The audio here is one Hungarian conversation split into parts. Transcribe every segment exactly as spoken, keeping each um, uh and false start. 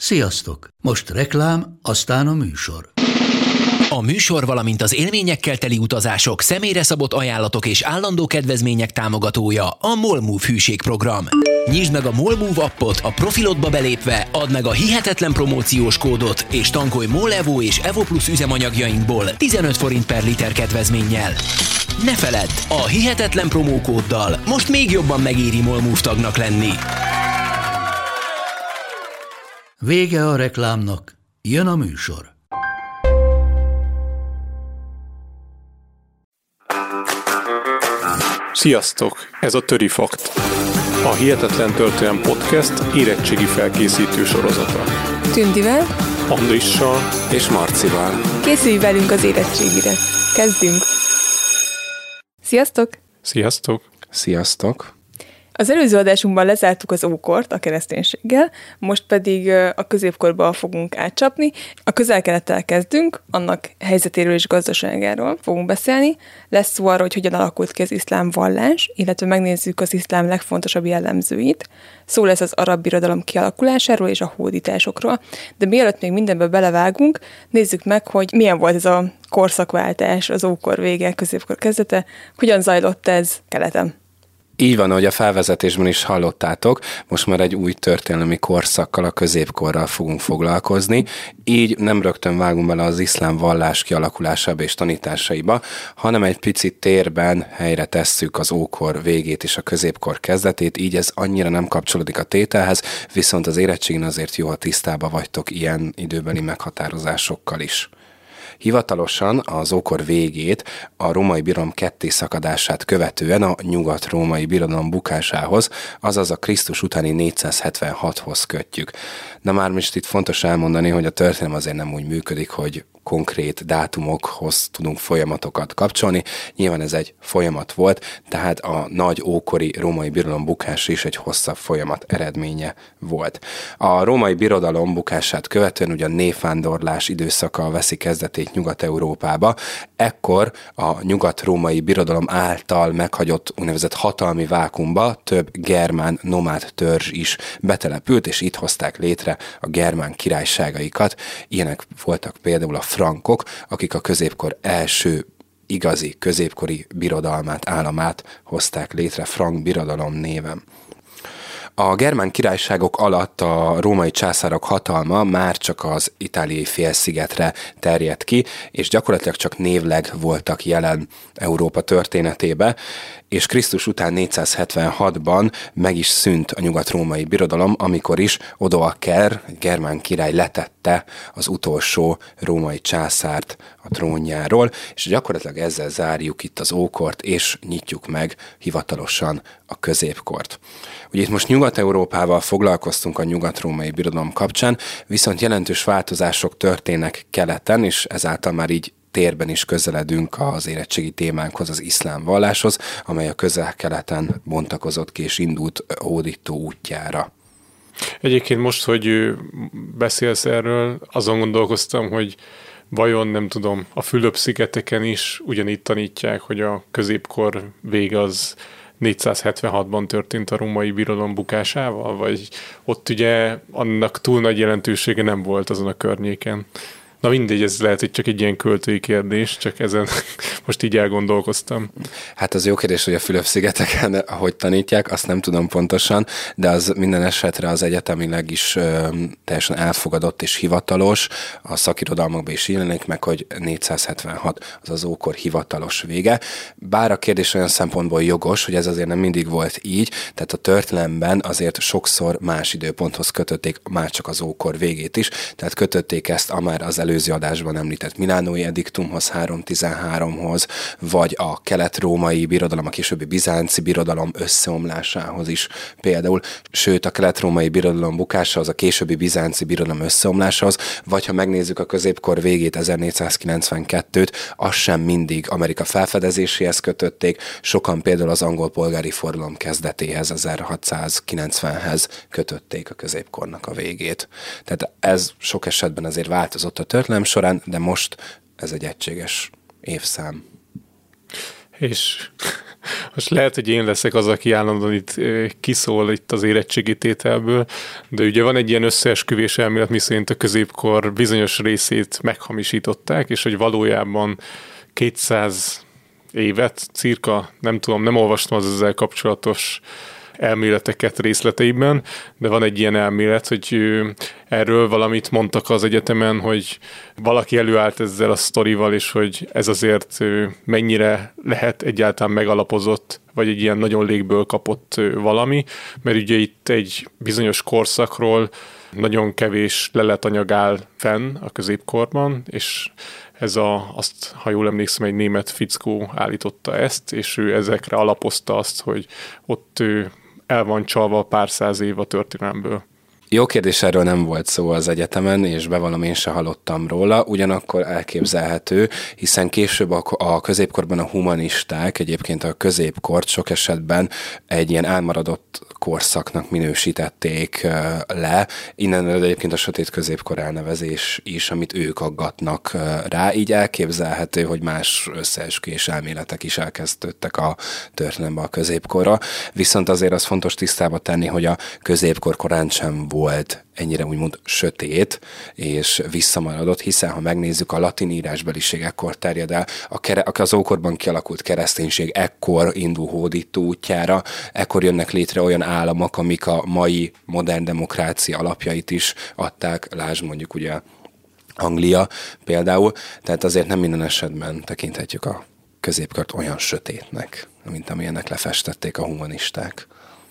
Sziasztok! Most reklám, aztán a műsor. A műsor, valamint az élményekkel teli utazások, személyre szabott ajánlatok és állandó kedvezmények támogatója a MOLMOVE hűségprogram. Nyisd meg a MOLMOVE appot, a profilodba belépve add meg a hihetetlen promóciós kódot, és tankolj MOL Evo és Evo Plus üzemanyagjainkból tizenöt forint per liter kedvezménnyel. Ne feledd, a hihetetlen promókóddal most még jobban megéri MOLMOVE tagnak lenni. Vége a reklámnak, jön a műsor. Sziasztok! Ez a Töri Fakt, a Hihetetlen Történelem Podcast érettségi felkészítő sorozata. Tündivel, Andrissal és Marcival. Készülj velünk az érettségire. Kezdünk! Sziasztok! Sziasztok! Sziasztok! Az előző adásunkban lezártuk az ókort a kereszténységgel, most pedig a középkorba fogunk átcsapni. A közel-kelettel kezdünk, annak helyzetéről és gazdaságáról fogunk beszélni. Lesz szó arról, hogy hogyan alakult ki az iszlám vallás, illetve megnézzük az iszlám legfontosabb jellemzőit. Szó lesz az arab birodalom kialakulásáról és a hódításokról. De mielőtt még mindenbe belevágunk, nézzük meg, hogy milyen volt ez a korszakváltás, az ókor vége, középkor kezdete, hogyan zajlott ez keleten. Így van, ahogy a felvezetésben is hallottátok, most már egy új történelmi korszakkal, a középkorral fogunk foglalkozni, így nem rögtön vágunk bele az iszlám vallás kialakulásába és tanításaiba, hanem egy picit térben helyre tesszük az ókor végét és a középkor kezdetét, így ez annyira nem kapcsolódik a tételhez, viszont az érettségén azért jó, ha tisztában vagytok ilyen időbeli meghatározásokkal is. Hivatalosan az ókor végét a római birodalom kettészakadását követően a nyugat-római birodalom bukásához, azaz a Krisztus utáni négyszázhetvenhathoz kötjük. Na már most itt fontos elmondani, hogy a történelem azért nem úgy működik, hogy konkrét dátumokhoz tudunk folyamatokat kapcsolni. Nyilván ez egy folyamat volt, tehát a nagy ókori római birodalom bukása is egy hosszabb folyamat eredménye volt. A római birodalom bukását követően ugye a névvándorlás időszaka veszi kezdetét Nyugat-Európába. Ekkor a nyugat-római birodalom által meghagyott úgynevezett hatalmi vákumba több germán nomád törzs is betelepült, és itt hozták létre a germán királyságaikat. Ilyenek voltak például a frankok, akik a középkor első igazi középkori birodalmát, államát hozták létre frank birodalom néven. A germán királyságok alatt a római császárok hatalma már csak az itáliai félszigetre terjedt ki, és gyakorlatilag csak névleg voltak jelen Európa történetébe, és Krisztus után négyszázhetvenhatban meg is szűnt a nyugat-római birodalom, amikor is Odoaker, egy germán király letette az utolsó római császárt a trónjáról, és gyakorlatilag ezzel zárjuk itt az ókort, és nyitjuk meg hivatalosan a középkort. Ugye itt most Nyugat-Európával foglalkoztunk a nyugat-római birodalom kapcsán, viszont jelentős változások történnek keleten, és ezáltal már így térben is közeledünk az érettségi témánkhoz, az iszlám valláshoz, amely a közel-keleten bontakozott ki és indult hódító útjára. Egyébként most, hogy beszélsz erről, azon gondolkoztam, hogy vajon nem tudom, a Fülöp-szigeteken is ugyanígy tanítják, hogy a középkor vége az négyszázhetvenhatban történt a római birodalom bukásával, vagy ott ugye annak túl nagy jelentősége nem volt azon a környéken. Na mindegy, ez lehet, hogy csak egy ilyen költői kérdés, csak ezen most így elgondolkoztam. Hát az jó kérdés, hogy a Fülöp-szigeteken, ahogy tanítják, azt nem tudom pontosan, de az minden esetre az egyetemileg is ö, teljesen elfogadott és hivatalos, a szakirodalmakban is jelenik meg, hogy négyszázhetvenhat az az ókor hivatalos vége. Bár a kérdés olyan szempontból jogos, hogy ez azért nem mindig volt így, tehát a történelemben azért sokszor más időponthoz kötötték már csak az ókor végét is, tehát kötötték ezt a már az előző adásban említett Milánói ediktumhoz, háromszáztizenháromhoz, vagy a kelet-római birodalom, a későbbi bizánci birodalom összeomlásához is például, sőt a kelet-római birodalom bukásához, a későbbi bizánci birodalom összeomlásához, vagy ha megnézzük a középkor végét, ezernégyszázkilencvenkettőt, azt sem mindig Amerika felfedezéséhez kötötték, sokan például az angol polgári forradalom kezdetéhez, ezerhatszázkilencvenhez kötötték a középkornak a végét. Tehát ez sok esetben azért változott a történelem során, de most ez egy egységes évszám. És Most lehet, hogy én leszek az, aki állandóan itt kiszól itt az érettségi tételből, de ugye van egy ilyen összeesküvés elmélet, miszerint a középkor bizonyos részét meghamisították, és hogy valójában kétszáz évet, cirka, nem tudom, nem olvastam az ezzel kapcsolatos elméleteket részleteiben, de van egy ilyen elmélet, hogy erről valamit mondtak az egyetemen, hogy valaki előállt ezzel a sztorival, és hogy ez azért mennyire lehet egyáltalán megalapozott, vagy egy ilyen nagyon légből kapott valami, mert ugye itt egy bizonyos korszakról nagyon kevés leletanyag áll fenn a középkorban, és ez a, azt, ha jól emlékszem, egy német fickó állította ezt, és ő ezekre alapozta azt, hogy ott ő el van csalva pár száz év a történelemből. Jó kérdés, erről nem volt szó az egyetemen, és bevallom, én se hallottam róla, ugyanakkor elképzelhető, hiszen később a, a középkorban a humanisták egyébként a középkort sok esetben egy ilyen elmaradott korszaknak minősítették le. Innen egyébként a sötét középkor elnevezés is, amit ők aggatnak rá, így elképzelhető, hogy más összeesküvés elméletek is elkezdődtek a történelemben a középkorra. Viszont azért az fontos tisztába tenni, hogy a középkor korán sem volt ennyire úgymond sötét és visszamaradott, hiszen ha megnézzük, a latin írásbeliség ekkor terjed el, a kere, az ókorban kialakult kereszténység ekkor indul hódító útjára, ekkor jönnek létre olyan államok, amik a mai modern demokrácia alapjait is adták, lásd mondjuk ugye Anglia például, tehát azért nem minden esetben tekinthetjük a középkort olyan sötétnek, mint amilyennek lefestették a humanisták.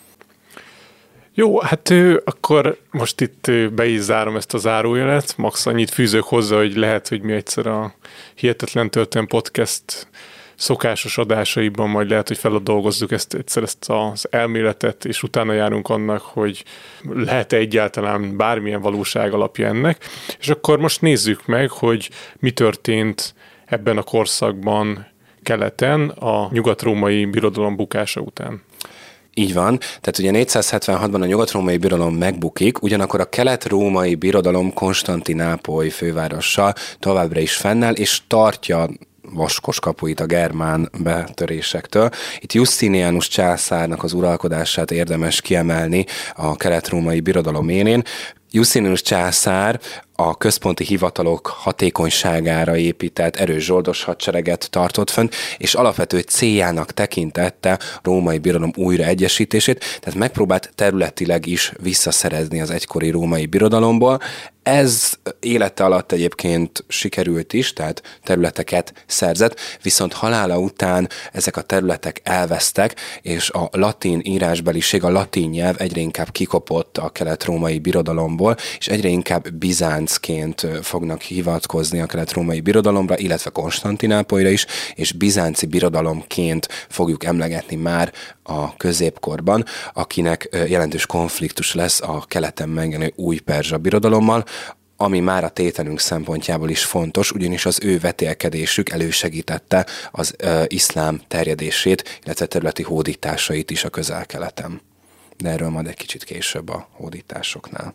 Jó, hát akkor most itt be is zárom ezt a zárójelet. Max annyit fűzök hozzá, hogy lehet, hogy mi egyszer a Hihetetlen Történelem Podcast szokásos adásaiban majd lehet, hogy feldolgozzuk ezt, egyszer ezt az elméletet, és utána járunk annak, hogy lehet-e egyáltalán bármilyen valóság alapja ennek. És akkor most nézzük meg, hogy mi történt ebben a korszakban keleten a nyugat-római birodalom bukása után. Így van, tehát ugye négyszázhetvenhatban a nyugat-római birodalom megbukik, ugyanakkor a kelet-római birodalom Konstantinápoly fővárosa továbbra is fennáll, és tartja vaskos kapuit a germán betörésektől. Itt Justinianus császárnak az uralkodását érdemes kiemelni a kelet-római birodalom élén. Justinianus császár a központi hivatalok hatékonyságára épített erős zsoldos hadsereget tartott fönn, és alapvető céljának tekintette a római birodalom újraegyesítését, tehát megpróbált területileg is visszaszerezni az egykori római birodalomból. Ez élete alatt egyébként sikerült is, tehát területeket szerzett, viszont halála után ezek a területek elvesztek, és a latin írásbeliség, a latin nyelv egyre inkább kikopott a kelet-római birodalomból, és egyre inkább bizáncként fognak hivatkozni a kelet-római birodalomra, illetve Konstantinápolyra is, és bizánci birodalomként fogjuk emlegetni már a középkorban, akinek jelentős konfliktus lesz a keleten megjelenő új perzsa birodalommal, ami már a tételünk szempontjából is fontos, ugyanis az ő vetélkedésük elősegítette az ö, iszlám terjedését, illetve területi hódításait is a közel-keleten. De erről majd egy kicsit később a hódításoknál.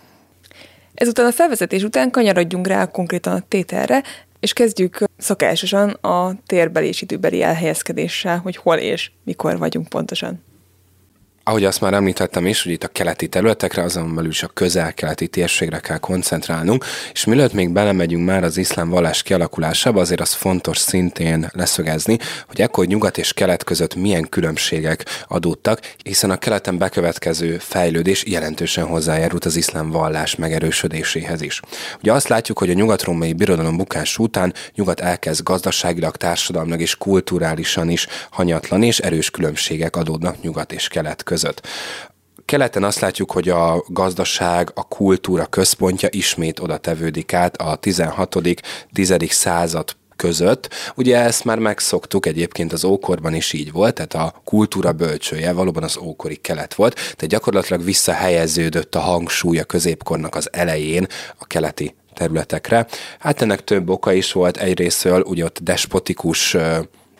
Ezután a felvezetés után kanyarodjunk rá konkrétan a tételre, és kezdjük szokásosan a térbeli és időbeli elhelyezkedéssel, hogy hol és mikor vagyunk pontosan. Ahogy azt már említettem is, hogy itt a keleti területekre, azon belül is a közel-keleti térségre kell koncentrálnunk, és mielőtt még belemegyünk már az iszlám vallás kialakulásába, azért az fontos szintén leszögezni, hogy ekkor nyugat és kelet között milyen különbségek adódtak, hiszen a keleten bekövetkező fejlődés jelentősen hozzájárult az iszlám vallás megerősödéséhez is. Ugye azt látjuk, hogy a nyugat-római birodalom bukás után nyugat elkezd gazdaságilag, társadalmilag és kulturálisan is hanyatlani, és erős különbségek adódnak nyugat és kelet között. Keleten azt látjuk, hogy a gazdaság, a kultúra központja ismét oda tevődik át a tizenhatodik-tizedik század között. Ugye ezt már megszoktuk, egyébként az ókorban is így volt, tehát a kultúra bölcsője valóban az ókori kelet volt, tehát gyakorlatilag visszahelyeződött a hangsúly a középkornak az elején a keleti területekre. Hát ennek több oka is volt, egyrésztről ugye ott despotikus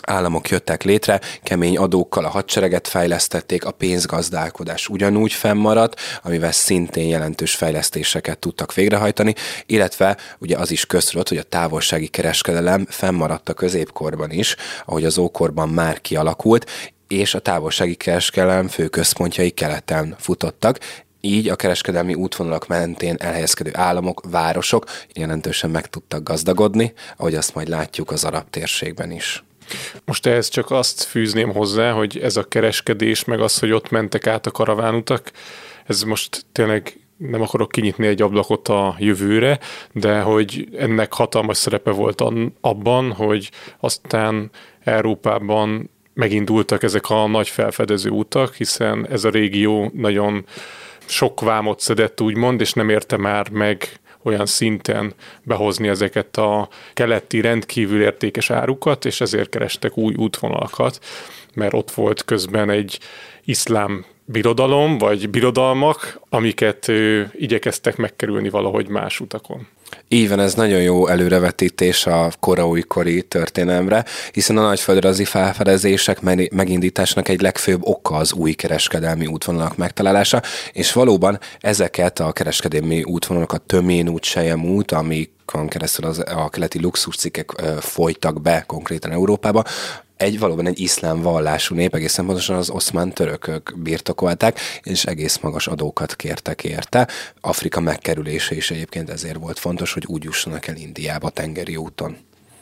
államok jöttek létre, kemény adókkal a hadsereget fejlesztették, a pénzgazdálkodás ugyanúgy fennmaradt, amivel szintén jelentős fejlesztéseket tudtak végrehajtani, illetve ugye az is köztudott, hogy a távolsági kereskedelem fennmaradt a középkorban is, ahogy az ókorban már kialakult, és a távolsági kereskedelem fő központjai keleten futottak, így a kereskedelmi útvonalak mentén elhelyezkedő államok, városok jelentősen meg tudtak gazdagodni, ahogy azt majd látjuk az arab térségben is. Most ehhez csak azt fűzném hozzá, hogy ez a kereskedés, meg az, hogy ott mentek át a karavánutak, ez most tényleg nem akarok kinyitni egy ablakot a jövőre, de hogy ennek hatalmas szerepe volt abban, hogy aztán Európában megindultak ezek a nagy felfedező utak, hiszen ez a régió nagyon sok vámot szedett, úgymond, és nem érte már meg olyan szinten behozni ezeket a keleti rendkívül értékes árukat, és ezért kerestek új útvonalakat, mert ott volt közben egy iszlám birodalom, vagy birodalmak, amiket ő, igyekeztek megkerülni valahogy más utakon. Így van, ez nagyon jó előrevetítés a kora-újkori történelemre, hiszen a nagyföldrajzi felfedezések megindításnak egy legfőbb oka az új kereskedelmi útvonalak megtalálása, és valóban ezeket a kereskedelmi útvonalakat, Tömén út, Sejem út, amikon keresztül az, a keleti luxuscikkek folytak be konkrétan Európába, egy valóban egy iszlám vallású nép, egészen pontosan az oszmán törökök birtokolták, és egész magas adókat kértek érte. Afrika megkerülése is egyébként ezért volt fontos, hogy úgy jussanak el Indiába tengeri úton.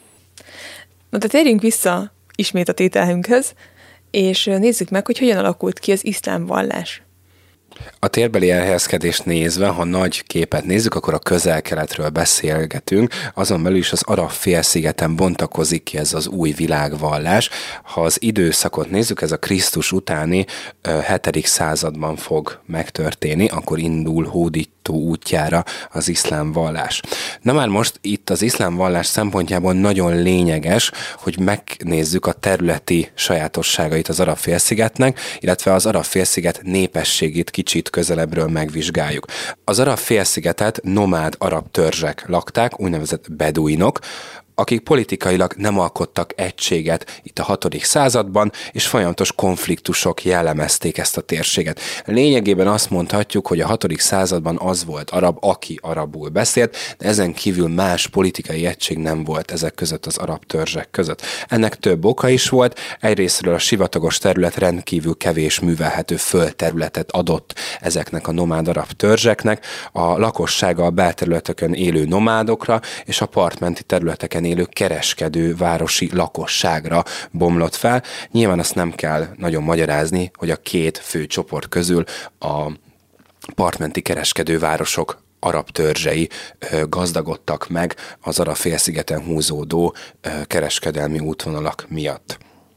Na, de térjünk vissza ismét a tételünkhöz, és nézzük meg, hogy hogyan alakult ki az iszlám vallás. A térbeli elhelyezkedést nézve, ha nagy képet nézzük, akkor a közel-keletről beszélgetünk, azon belül is az arab félszigeten bontakozik ki ez az új világvallás. Ha az időszakot nézzük, ez a Krisztus utáni hetedik században fog megtörténni, akkor indul hódító útjára az iszlám vallás. Na már most itt az iszlám vallás szempontjából nagyon lényeges, hogy megnézzük a területi sajátosságait az arab félszigetnek, illetve az arab félsziget népességét kicsit közelebbről megvizsgáljuk. Az arab félszigetet nomád arab törzsek lakták, úgynevezett beduinok, akik politikailag nem alkottak egységet itt a hatodik században, és folyamatos konfliktusok jellemezték ezt a térséget. Lényegében azt mondhatjuk, hogy a hatodik században az volt arab, aki arabul beszélt, de ezen kívül más politikai egység nem volt ezek között az arab törzsek között. Ennek több oka is volt, egyrésztről a sivatagos terület rendkívül kevés művelhető földterületet adott ezeknek a nomád arab törzseknek, a lakossága a belterületeken élő nomádokra és a partmenti területeken élő kereskedő városi lakosságra bomlott fel. Nyilván azt nem kell nagyon magyarázni, hogy a két fő csoport közül a partmenti kereskedővárosok arab törzsei gazdagodtak meg az arab félszigeten húzódó kereskedelmi útvonalak miatt.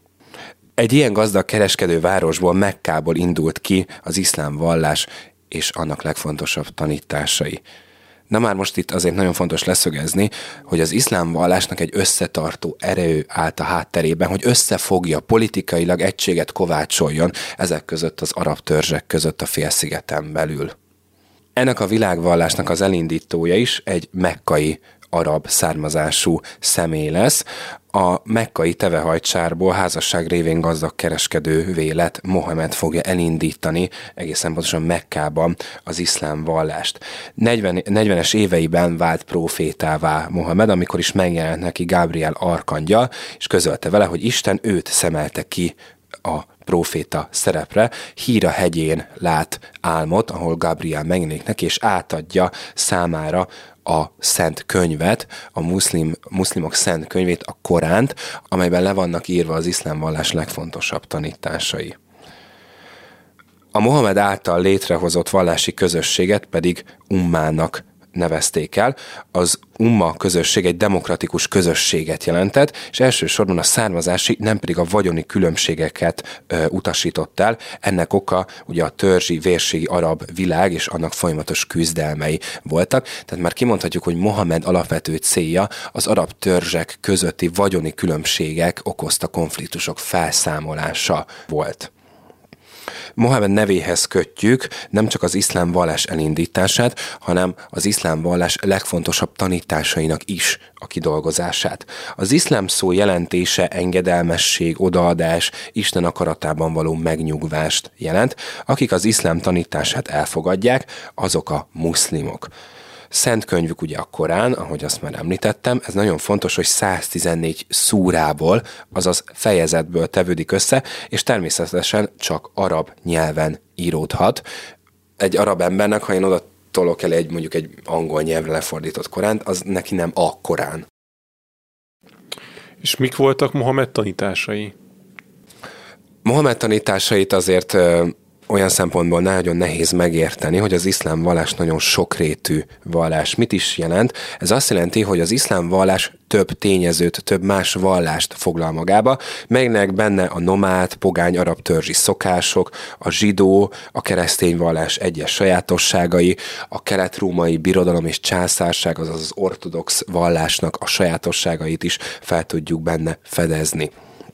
Egy ilyen gazdag kereskedővárosból, Mekkából indult ki az iszlám vallás és annak legfontosabb tanításai. Na már most itt azért nagyon fontos leszögezni, hogy az iszlám vallásnak egy összetartó erő állt a hátterében, hogy összefogja, politikailag egységet kovácsoljon ezek között az arab törzsek között a félszigeten belül. Ennek a világvallásnak az elindítója is egy mekkai arab származású személy lesz. A mekkai tevehajcsárból házasság révén gazdag kereskedővé lett Mohamed fogja elindítani egészen pontosan Mekkában az iszlám vallást. negyvenes éveiben vált prófétává Mohamed, amikor is megjelent neki Gábriel arkangyal, és közölte vele, hogy Isten őt szemelte ki a próféta szerepre. Híra hegyén lát álmot, ahol Gabriel megjelenik neki, és átadja számára a szent könyvet, a muszlim, muszlimok szent könyvét, a Koránt, amelyben le vannak írva az iszlám vallás legfontosabb tanításai. A Mohamed által létrehozott vallási közösséget pedig ummának nevezték el. Az umma közösség egy demokratikus közösséget jelentett, és elsősorban a származási, nem pedig a vagyoni különbségeket ö, utasított el. Ennek oka ugye a törzsi, vérségi arab világ és annak folyamatos küzdelmei voltak. Tehát már kimondhatjuk, hogy Mohamed alapvető célja az arab törzsek közötti vagyoni különbségek okozta konfliktusok felszámolása volt. Mohamed nevéhez kötjük nem csak az iszlám vallás elindítását, hanem az iszlám vallás legfontosabb tanításainak is a kidolgozását. Az iszlám szó jelentése engedelmesség, odaadás, Isten akaratában való megnyugvást jelent. Akik az iszlám tanítását elfogadják, azok a muszlimok. Szent könyvük ugye a Korán, ahogy azt már említettem, ez nagyon fontos, hogy száztizennégy szúrából, azaz fejezetből tevődik össze, és természetesen csak arab nyelven íródhat. Egy arab embernek, ha én oda tolok el egy mondjuk egy angol nyelvre lefordított Koránt, az neki nem a Korán. És mik voltak Mohamed tanításai? Mohamed tanításait azért ö, olyan szempontból nagyon nehéz megérteni, hogy az iszlám vallás nagyon sokrétű vallás. Mit is jelent? Ez azt jelenti, hogy az iszlám vallás több tényezőt, több más vallást foglal magába, melynek benne a nomád, pogány, arab törzsi szokások, a zsidó, a keresztény vallás egyes sajátosságai, a kelet-római birodalom és császárság, azaz az ortodox vallásnak a sajátosságait is fel tudjuk benne fedezni.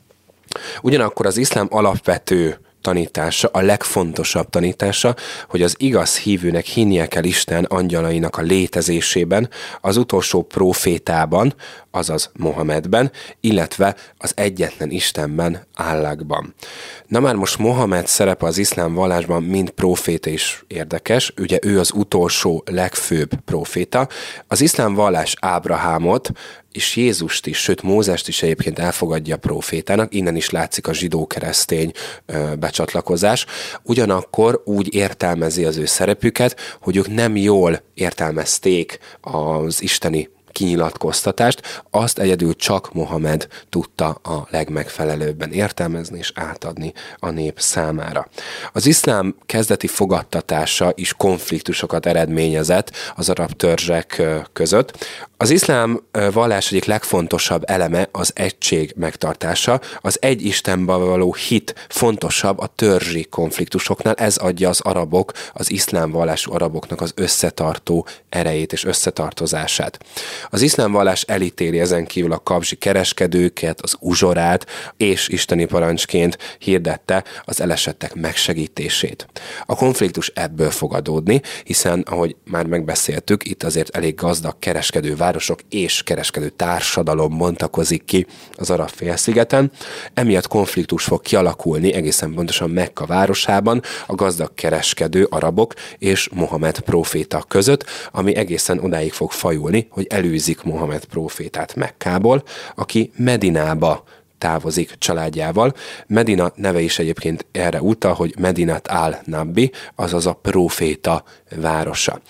Ugyanakkor az iszlám alapvető tanítása, a legfontosabb tanítása, hogy az igaz hívőnek hinnie kell Isten angyalainak a létezésében, az utolsó prófétában, azaz Mohamedben, illetve az egyetlen Istenben, Allahban. Na már most Mohamed szerepe az iszlám vallásban mind próféta is érdekes, ugye ő az utolsó, legfőbb próféta. Az iszlám vallás Ábrahámot és Jézust is, sőt Mózest is egyébként elfogadja prófétának, innen is látszik a zsidó-keresztény ö, becsatlakozás. Ugyanakkor úgy értelmezi az ő szerepüket, hogy ők nem jól értelmezték az isteni kinyilatkoztatást, azt egyedül csak Mohamed tudta a legmegfelelőbben értelmezni és átadni a nép számára. Az iszlám kezdeti fogadtatása is konfliktusokat eredményezett az arab törzsek között. Az iszlám vallás egyik legfontosabb eleme az egység megtartása, az egy Istenben való hit fontosabb a törzsi konfliktusoknál, ez adja az arabok, az iszlám vallású araboknak az összetartó erejét és összetartozását. Az iszlám vallás elítéli ezen kívül a kabzsi kereskedőket, az uzsorát, és isteni parancsként hirdette az elesettek megsegítését. A konfliktus ebből fog adódni, hiszen, ahogy már megbeszéltük, itt azért elég gazdag kereskedő városok és kereskedő társadalom bontakozik ki az arab félszigeten. Emiatt konfliktus fog kialakulni egészen pontosan Mekka városában a gazdag kereskedő arabok és Mohamed próféta között, ami egészen odáig fog fajulni, hogy elűzik Mohamed prófétát Mekkából, aki Medinába távozik családjával. Medina neve is egyébként erre utal, hogy Medinat al-Nabbi, azaz a próféta városa.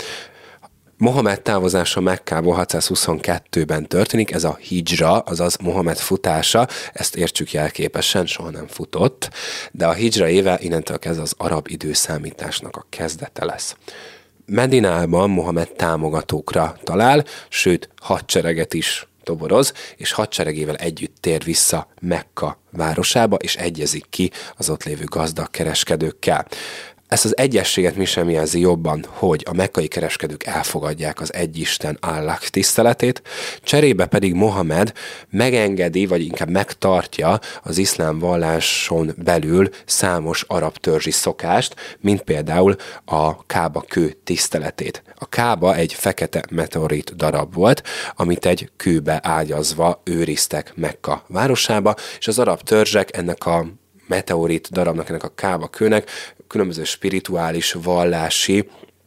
Mohamed távozása Mekkából hatszázhuszonkettőben történik, ez a hijra, azaz Mohamed futása, ezt értsük jelképesen, soha nem futott, de a hijra éve innentől kezdve az arab időszámításnak a kezdete lesz. Medinában Mohamed támogatókra talál, sőt hadsereget is toboroz, és hadseregével együtt tér vissza Mekka városába, és egyezik ki az ott lévő gazdag kereskedőkkel. Ezt az egyességet mi sem jelzi jobban, hogy a mekkai kereskedők elfogadják az egyisten Allah tiszteletét, cserébe pedig Mohamed megengedi, vagy inkább megtartja az iszlám valláson belül számos arab törzsi szokást, mint például a Kába kő tiszteletét. A Kába egy fekete meteorit darab volt, amit egy kőbe ágyazva őriztek Mekka városába, és az arab törzsek ennek a meteorit darabnak, ennek a Kába kőnek különböző spirituális, vallási,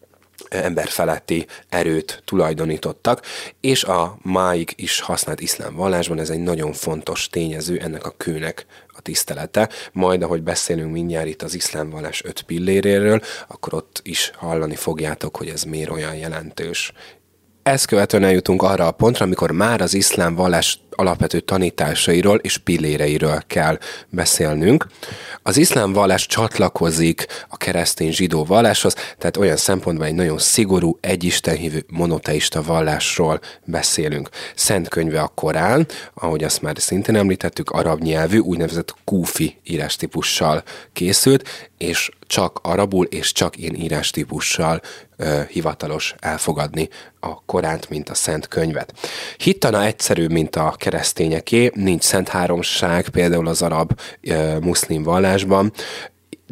emberfeletti erőt tulajdonítottak, és a máig is használt iszlám vallásban ez egy nagyon fontos tényező, ennek a kőnek a tisztelete. Majd, ahogy beszélünk mindjárt itt az iszlám vallás öt pilléréről, akkor ott is hallani fogjátok, hogy ez miért olyan jelentős. Ezt követően eljutunk arra a pontra, amikor már az iszlám vallás alapvető tanításairól és pilléreiről kell beszélnünk. Az iszlám vallás csatlakozik a keresztény zsidó valláshoz, tehát olyan szempontból egy nagyon szigorú, egyistenhívő, monoteista vallásról beszélünk. Szent könyve a Korán, ahogy azt már szintén említettük, arab nyelvű, úgynevezett kúfi írástípussal készült, és csak arabul és csak ilyen írástípussal ö, hivatalos elfogadni a Koránt, mint a Szent könyvet. Hittana egyszerűbb, mint a keresztényeké, nincs szent háromság, például az arab ö, muszlim vallásban,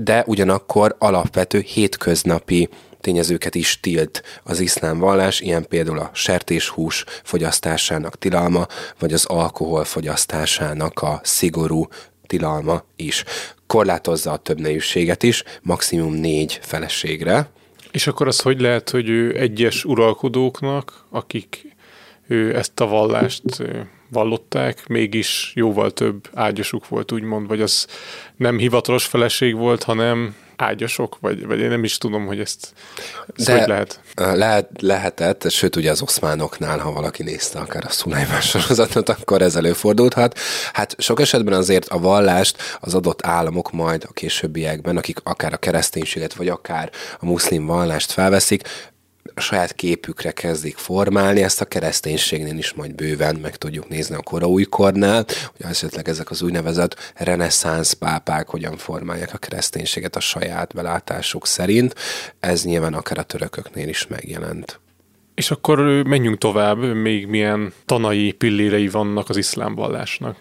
de ugyanakkor alapvető hétköznapi tényezőket is tilt az iszlám vallás, ilyen például a sertéshús fogyasztásának tilalma, vagy az alkohol fogyasztásának a szigorú tilalma is. Korlátozza a többnejűséget is, maximum négy feleségre. És akkor az hogy lehet, hogy ő egyes uralkodóknak, akik ő ezt a vallást vallották, mégis jóval több ágyasuk volt, úgymond, vagy az nem hivatalos feleség volt, hanem ágyasok, vagy, vagy én nem is tudom, hogy ezt, ezt De hogy lehet. lehet. Lehetett, sőt ugye az oszmánoknál, ha valaki nézte akár a Szulajmán sorozatot, akkor ez előfordulhat. Hát sok esetben azért a vallást az adott államok majd a későbbiekben, akik akár a kereszténységet, vagy akár a muszlim vallást felveszik, a saját képükre kezdik formálni, ezt a kereszténységnél is majd bőven meg tudjuk nézni a kora újkornál, hogy esetleg ezek az úgynevezett reneszánsz pápák hogyan formálják a kereszténységet a saját belátásuk szerint. Ez nyilván akár a törököknél is megjelent. És akkor menjünk tovább, még milyen tanai pillérei vannak az iszlám vallásnak.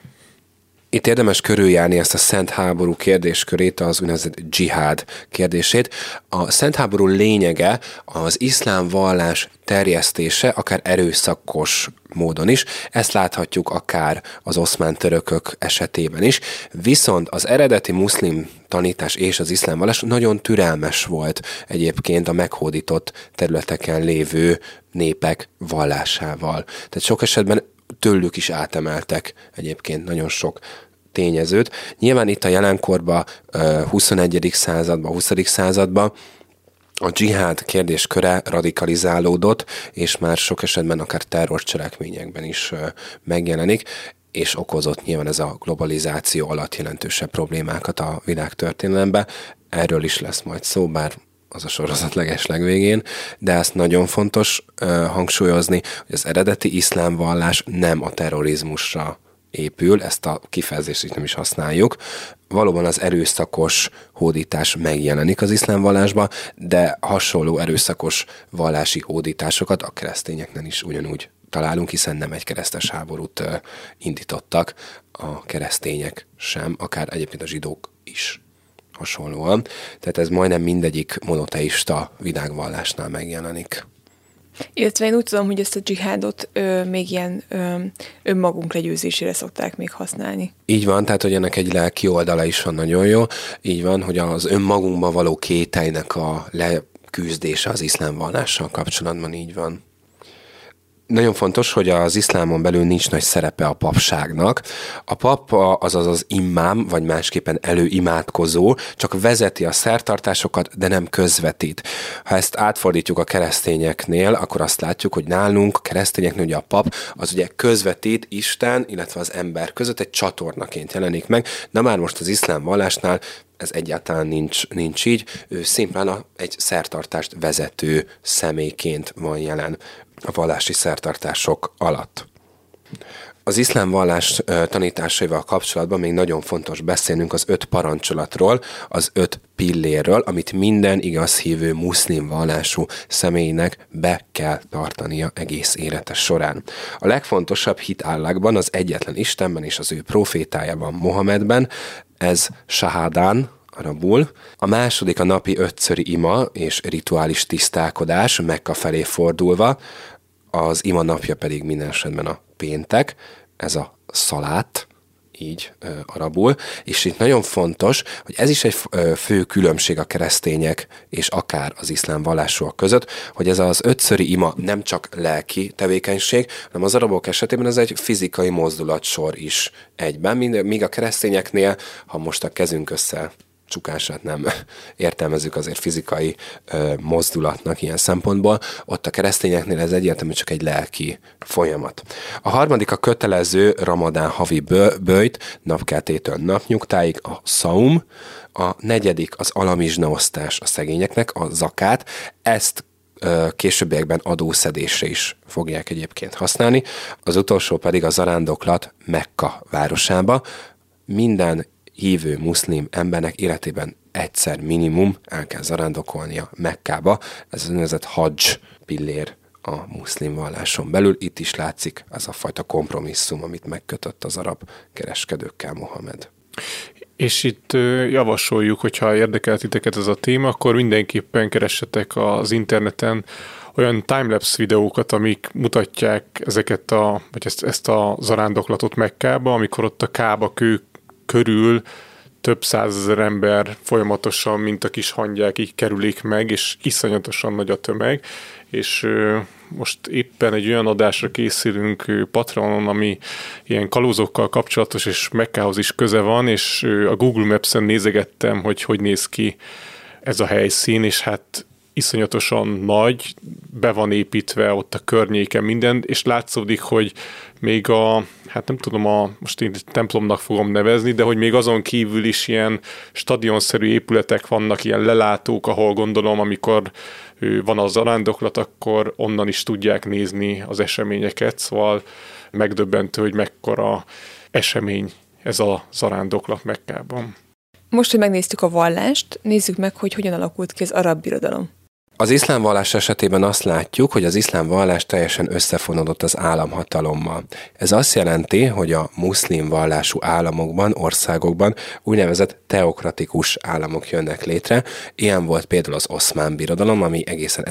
Itt érdemes körüljárni ezt a szent háború kérdéskörét, az úgynevezett dzsihád kérdését. A szent háború lényege az iszlám vallás terjesztése, akár erőszakos módon is. Ezt láthatjuk akár az oszmán törökök esetében is. Viszont az eredeti muszlim tanítás és az iszlám vallás nagyon türelmes volt egyébként a meghódított területeken lévő népek vallásával. Tehát sok esetben tőlük is átemeltek egyébként nagyon sok tényezőt. Nyilván itt a jelenkorban, huszonegyedik században, huszadik században a dzsihád kérdésköre radikalizálódott, és már sok esetben akár terrorcselekményekben is megjelenik, és okozott nyilván ez a globalizáció alatt jelentősebb problémákat a világtörténelemben. Erről is lesz majd szó, bár az a sorozat legesleg végén, de ezt nagyon fontos uh, hangsúlyozni, hogy az eredeti iszlám vallás nem a terrorizmusra épül, ezt a kifejezést is nem is használjuk. Valóban az erőszakos hódítás megjelenik az iszlám vallásban, de hasonló erőszakos vallási hódításokat a keresztényeknél is ugyanúgy találunk, hiszen nem egy keresztes háborút uh, indítottak a keresztények sem, akár egyébként a zsidók is hasonlóan. Tehát ez majdnem mindegyik monoteista világvallásnál megjelenik. Illetve én úgy tudom, hogy ezt a dzsihádot ö, még ilyen ö, önmagunk legyőzésére szokták még használni. Így van, tehát hogy ennek egy lelki oldala is van nagyon jó. Így van, hogy az önmagunkban való kételynek a leküzdése az iszlám vallással kapcsolatban így van. Nagyon fontos, hogy az iszlámon belül nincs nagy szerepe a papságnak. A pap, azaz az immám, vagy másképpen előimádkozó, csak vezeti a szertartásokat, de nem közvetít. Ha ezt átfordítjuk a keresztényeknél, akkor azt látjuk, hogy nálunk, a keresztényeknél ugye a pap, az ugye közvetít Isten, illetve az ember között, egy csatornaként jelenik meg, de már most az iszlám vallásnál ez egyáltalán nincs, nincs így, ő szimplán a, egy szertartást vezető személyként van jelen a vallási szertartások alatt. Az iszlám vallás tanításaival kapcsolatban még nagyon fontos beszélnünk az öt parancsolatról, az öt pillérről, amit minden igaz hívő muszlim vallású személynek be kell tartania egész élete során. A legfontosabb hitállagban az egyetlen Istenben és az ő profétájában, Mohamedben, ez sahádán, arabul. A második a napi ötszöri ima és rituális tisztálkodás Mekka felé fordulva, az ima napja pedig minden esetben a péntek, ez a szalát, így ö, arabul, és itt nagyon fontos, hogy ez is egy ö, fő különbség a keresztények és akár az iszlám vallásúak között, hogy ez az ötszöri ima nem csak lelki tevékenység, hanem az arabok esetében ez egy fizikai mozdulatsor is egyben, míg a keresztényeknél, ha most a kezünk össze csukását nem értelmezzük azért fizikai ö, mozdulatnak ilyen szempontból, ott a keresztényeknél ez egyértelmű csak egy lelki folyamat. A harmadik a kötelező ramadán havi bő, bőjt, napkeltétől napnyugtáig, a szaum, a negyedik az alamizsnaosztás a szegényeknek, a zakát, ezt ö, későbbiekben adószedésre is fogják egyébként használni, az utolsó pedig a zarándoklat Mekka városába. Minden hívő muszlim embernek életében egyszer minimum el kell zarándokolnia Mekkába. Ez az úgynevezett hadzs pillér a muszlim valláson belül. Itt is látszik ez a fajta kompromisszum, amit megkötött az arab kereskedőkkel Mohamed. És itt javasoljuk, hogyha érdekel titeket ez a téma, akkor mindenképpen keressetek az interneten olyan timelapse videókat, amik mutatják ezeket a, vagy ezt, ezt a zarándoklatot Mekkába, amikor ott a Kába kő körül több százezer ember folyamatosan, mint a kis hangyák így kerülik meg, és iszonyatosan nagy a tömeg, és most éppen egy olyan adásra készülünk Patreonon, ami ilyen kalózokkal kapcsolatos, és Mekkához is köze van, és a Google Maps-en nézegettem, hogy hogy néz ki ez a helyszín, és hát iszonyatosan nagy, be van építve ott a környéken minden, és látszódik, hogy még a, hát nem tudom, a, most én templomnak fogom nevezni, de hogy még azon kívül is ilyen stadionszerű épületek vannak, ilyen lelátók, ahol gondolom, amikor van a zarándoklat, akkor onnan is tudják nézni az eseményeket, szóval megdöbbentő, hogy mekkora esemény ez a zarándoklat Mekkában. Most, hogy megnéztük a vallást, nézzük meg, hogy hogyan alakult ki az arab birodalom. Az iszlám vallás esetében azt látjuk, hogy az iszlám vallás teljesen összefonódott az államhatalommal. Ez azt jelenti, hogy a muszlim vallású államokban, országokban úgynevezett teokratikus államok jönnek létre. Ilyen volt például az Oszmán birodalom, ami egészen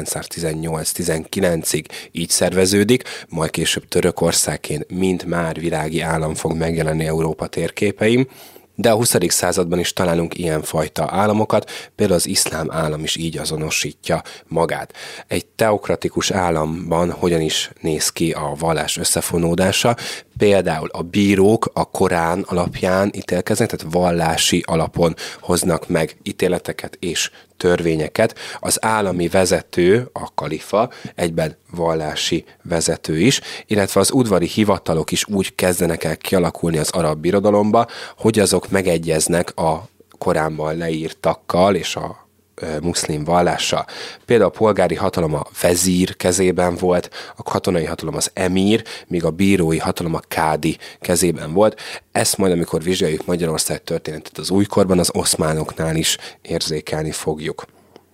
ezerkilencszáztizennyolc-tizenkilencig így szerveződik, majd később Törökországként mint már világi állam fog megjelenni Európa térképein. De a huszadik században is találunk ilyenfajta államokat, például az iszlám állam is így azonosítja magát. Egy teokratikus államban hogyan is néz ki a vallás összefonódása? Például a bírók a Korán alapján ítélkeznek, tehát vallási alapon hoznak meg ítéleteket és törvényeket. Az állami vezető, a kalifa, egyben vallási vezető is, illetve az udvari hivatalok is úgy kezdenek el kialakulni az arab birodalomba, hogy azok megegyeznek a Koránban leírtakkal és a muszlim vallással. Például a polgári hatalom a vezír kezében volt, a katonai hatalom az emír, míg a bírói hatalom a kádi kezében volt. Ezt majd, amikor vizsgáljuk Magyarország történetet az újkorban, az oszmánoknál is érzékelni fogjuk.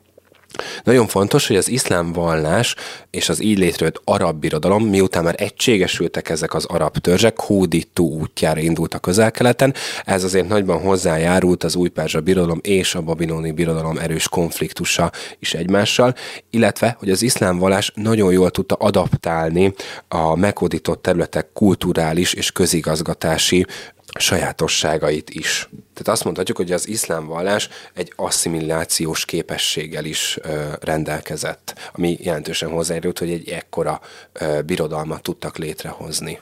Nagyon fontos, hogy az iszlám vallás és az így létrejött arab birodalom, miután már egységesültek ezek az arab törzsek, hódító útjára indult a Közel-Keleten, ez azért nagyban hozzájárult az új perzsa birodalom és a babiloni birodalom erős konfliktusa is egymással, illetve, hogy az iszlám vallás nagyon jól tudta adaptálni a meghódított területek kulturális és közigazgatási sajátosságait is. Tehát azt mondhatjuk, hogy az iszlám vallás egy asszimilációs képességgel is ö, rendelkezett, ami jelentősen hozzájárult, hogy egy ekkora ö, birodalmat tudtak létrehozni.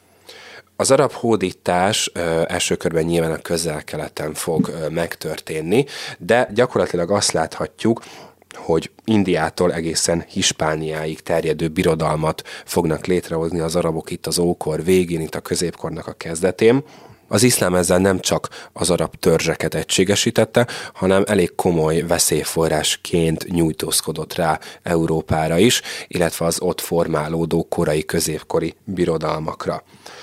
Az arab hódítás ö, első körben nyilván a Közel-Keleten fog ö, megtörténni, de gyakorlatilag azt láthatjuk, hogy Indiától egészen Hispániáig terjedő birodalmat fognak létrehozni az arabok itt az ókor végén, itt a középkornak a kezdetén. Az iszlám ezzel nem csak az arab törzseket egységesítette, hanem elég komoly veszélyforrásként nyújtózkodott rá Európára is, illetve az ott formálódó korai középkori birodalmakra.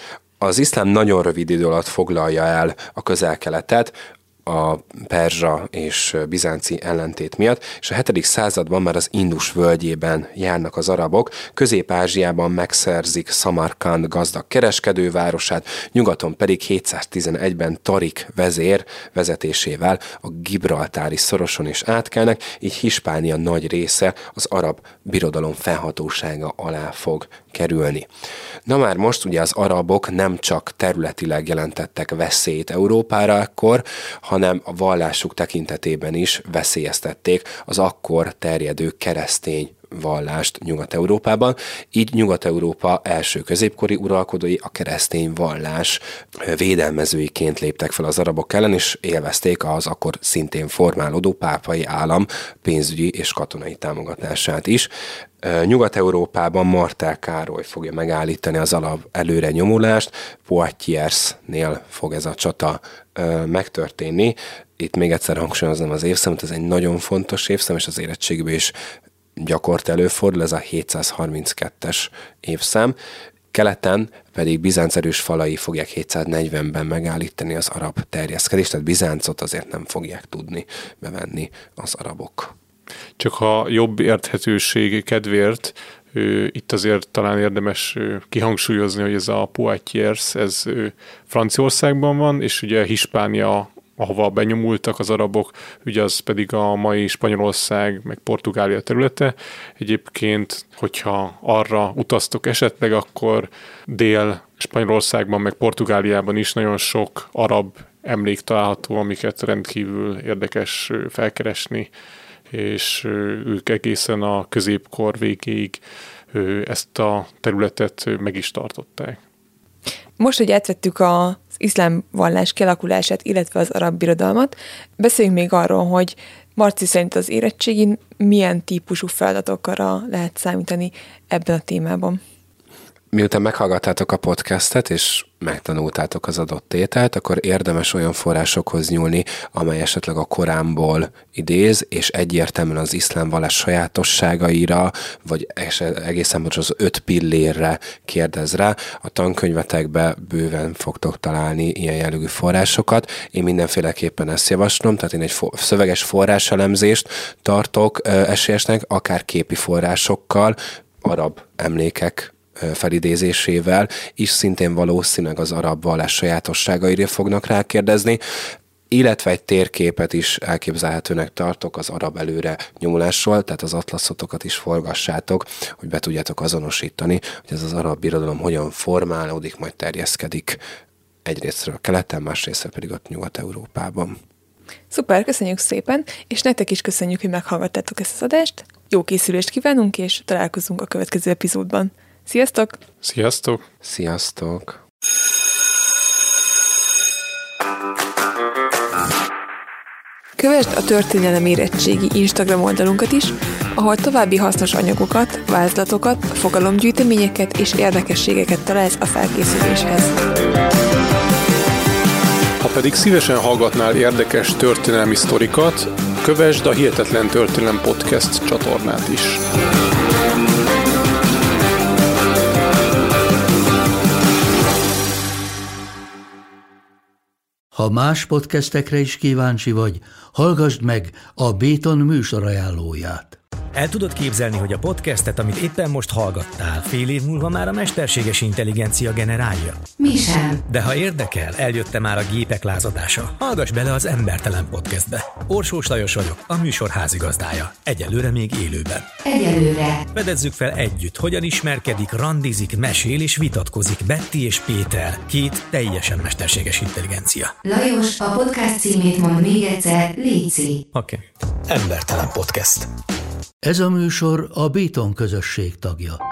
Az iszlám nagyon rövid idő alatt foglalja el a Közel-Keletet, a perzsa és bizánci ellentét miatt, és a hetedik században már az Indus völgyében járnak az arabok, Közép-Ázsiában megszerzik Szamarkand gazdag kereskedővárosát, nyugaton pedig hétszáztizenegyben Tarik vezér vezetésével a Gibraltári szoroson is átkelnek, így Hispánia nagy része az arab birodalom fennhatósága alá fog kerülni. Na már most ugye az arabok nem csak területileg jelentettek veszélyt Európára akkor, hanem a vallásuk tekintetében is veszélyeztették az akkor terjedő keresztény vallást Nyugat-Európában. Így Nyugat-Európa első középkori uralkodói a keresztény vallás védelmezőiként léptek fel az arabok ellen, és élvezték az akkor szintén formálódó pápai állam pénzügyi és katonai támogatását is. Nyugat-Európában Martel Károly fogja megállítani az alap előre nyomulást, Poitiers-nél fog ez a csata ö, megtörténni. Itt még egyszer hangsúlyoznám az évszámot, ez egy nagyon fontos évszám, és az érettségben is gyakort előfordul, ez a hétszázharminckettes évszám. Keleten pedig Bizánc erős falai fogják hétszáznegyvenben megállítani az arab terjeszkedést, tehát Bizáncot azért nem fogják tudni bevenni az arabok. Csak a jobb érthetőség kedvéért ő, itt azért talán érdemes ő, kihangsúlyozni, hogy ez a Poitiers, ez ő, Franciaországban van, és ugye Hispánia ahova benyomultak az arabok, ugye az pedig a mai Spanyolország, meg Portugália területe. Egyébként, hogyha arra utaztok esetleg, akkor Dél-Spanyolországban, meg Portugáliában is nagyon sok arab emlék található, amiket rendkívül érdekes felkeresni, és ők egészen a középkor végéig ezt a területet meg is tartották. Most, hogy átvettük az iszlám vallás kialakulását, illetve az arab birodalmat, beszéljünk még arról, hogy Marci szerint az érettségin milyen típusú feladatokra lehet számítani ebben a témában. Miután meghallgattátok a podcastet, és megtanultátok az adott tételt, akkor érdemes olyan forrásokhoz nyúlni, amely esetleg a Koránból idéz, és egyértelműen az iszlám vallás sajátosságaira, vagy egészen most az öt pillérre kérdez rá. A tankönyvetekbe bőven fogtok találni ilyen jellegű forrásokat. Én mindenféleképpen ezt javaslom, tehát én egy fo- szöveges forráselemzést tartok esélyesnek, akár képi forrásokkal, arab emlékek felidézésével is szintén valószínűleg az arab vallás sajátosságaira fognak rákérdezni, illetve egy térképet is elképzelhetőnek tartok az arab előre nyomulásról, tehát az atlaszotokat is forgassátok, hogy be tudjátok azonosítani, hogy ez az arab birodalom hogyan formálódik, majd terjeszkedik egyrésztről keleten, másrésztről pedig ott Nyugat-Európában. Szuper, köszönjük szépen, és nektek is köszönjük, hogy meghallgattátok ezt az adást. Jó készülést kívánunk, és találkozunk a következő epizódban. Sziasztok! Sziasztok! Sziasztok! Kövesd a Történelem Érettségi Instagram oldalunkat is, ahol további hasznos anyagokat, vázlatokat, fogalomgyűjteményeket és érdekességeket találsz a felkészüléshez. Ha pedig szívesen hallgatnál érdekes történelmi sztorikat, kövesd a Hihetetlen Történelem Podcast csatornát is. Ha más podcastekre is kíváncsi vagy, hallgassd meg a Béton műsor ajánlóját. El tudod képzelni, hogy a podcastet, amit éppen most hallgattál, fél év múlva már a mesterséges intelligencia generálja? Mi sem. De ha érdekel, eljött már a gépek lázadása. Hallgass bele az Embertelen Podcastbe. Orsós Lajos vagyok, a műsor házigazdája. Egyelőre még élőben. Egyelőre. Fedezzük fel együtt, hogyan ismerkedik, randizik, mesél és vitatkozik Betty és Péter, két teljesen mesterséges intelligencia. Lajos, a podcast címét mond még egyszer, léci. Oké. Okay. Embertelen Podcast. Ez a műsor a Béton közösség tagja.